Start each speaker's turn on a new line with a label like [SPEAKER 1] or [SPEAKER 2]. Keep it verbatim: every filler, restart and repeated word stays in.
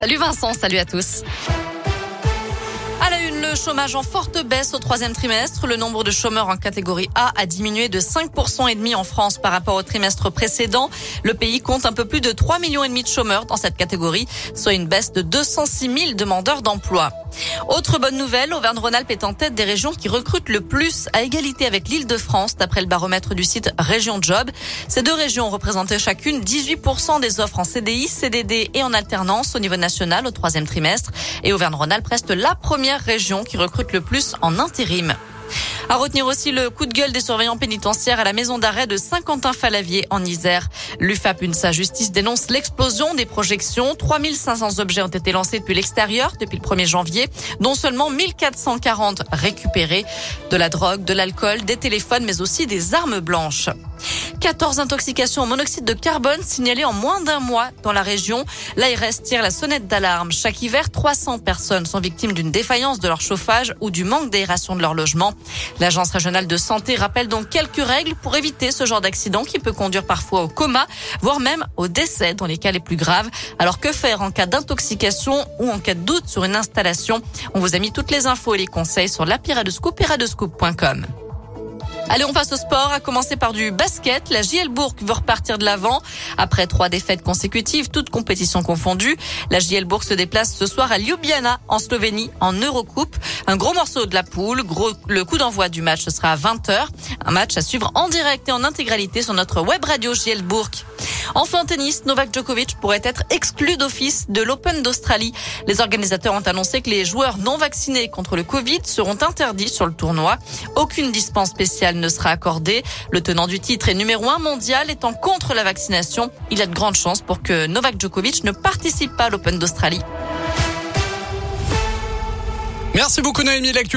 [SPEAKER 1] Salut Vincent, salut à tous. À la une, le chômage en forte baisse au troisième trimestre. Le nombre de chômeurs en catégorie A a diminué de cinq pour cent et demi en France par rapport au trimestre précédent. Le pays compte un peu plus de trois millions et demi de chômeurs dans cette catégorie, soit une baisse de deux cent six mille demandeurs d'emploi. Autre bonne nouvelle, Auvergne-Rhône-Alpes est en tête des régions qui recrutent le plus à égalité avec l'Île-de-France, d'après le baromètre du site Région Job. Ces deux régions représentaient chacune dix-huit pour cent des offres en C D I, C D D et en alternance au niveau national au troisième trimestre. Et Auvergne-Rhône-Alpes reste la première région qui recrute le plus en intérim. À retenir aussi le coup de gueule des surveillants pénitentiaires à la maison d'arrêt de Saint-Quentin-Falavier en Isère. L'U F A P UNSA Justice dénonce l'explosion des projections. trois mille cinq cents objets ont été lancés depuis l'extérieur depuis le premier janvier, dont seulement mille quatre cent quarante récupérés. De la drogue, de l'alcool, des téléphones, mais aussi des armes blanches. quatorze intoxications au monoxyde de carbone signalées en moins d'un mois dans la région. L'A R S tire la sonnette d'alarme. Chaque hiver, trois cents personnes sont victimes d'une défaillance de leur chauffage ou du manque d'aération de leur logement. L'Agence régionale de santé rappelle donc quelques règles pour éviter ce genre d'accident qui peut conduire parfois au coma, voire même au décès dans les cas les plus graves. Alors que faire en cas d'intoxication ou en cas de doute sur une installation? On vous a mis toutes les infos et les conseils sur l'appli Radioscoop et radioscoop point com. Allez, on passe au sport, à commencer par du basket. La J L Bourg veut repartir de l'avant. Après trois défaites consécutives, toutes compétitions confondues, la J L Bourg se déplace ce soir à Ljubljana, en Slovénie, en Eurocoupe. Un gros morceau de la poule. Gros, le coup d'envoi du match, ce sera à vingt heures. Un match à suivre en direct et en intégralité sur notre web radio J L Bourg. Enfin en tennis, Novak Djokovic pourrait être exclu d'office de l'Open d'Australie. Les organisateurs ont annoncé que les joueurs non vaccinés contre le Covid seront interdits sur le tournoi. Aucune dispense spéciale ne sera accordée. Le tenant du titre et numéro un mondial étant contre la vaccination, il a de grandes chances pour que Novak Djokovic ne participe pas à l'Open d'Australie.
[SPEAKER 2] Merci beaucoup Noémie.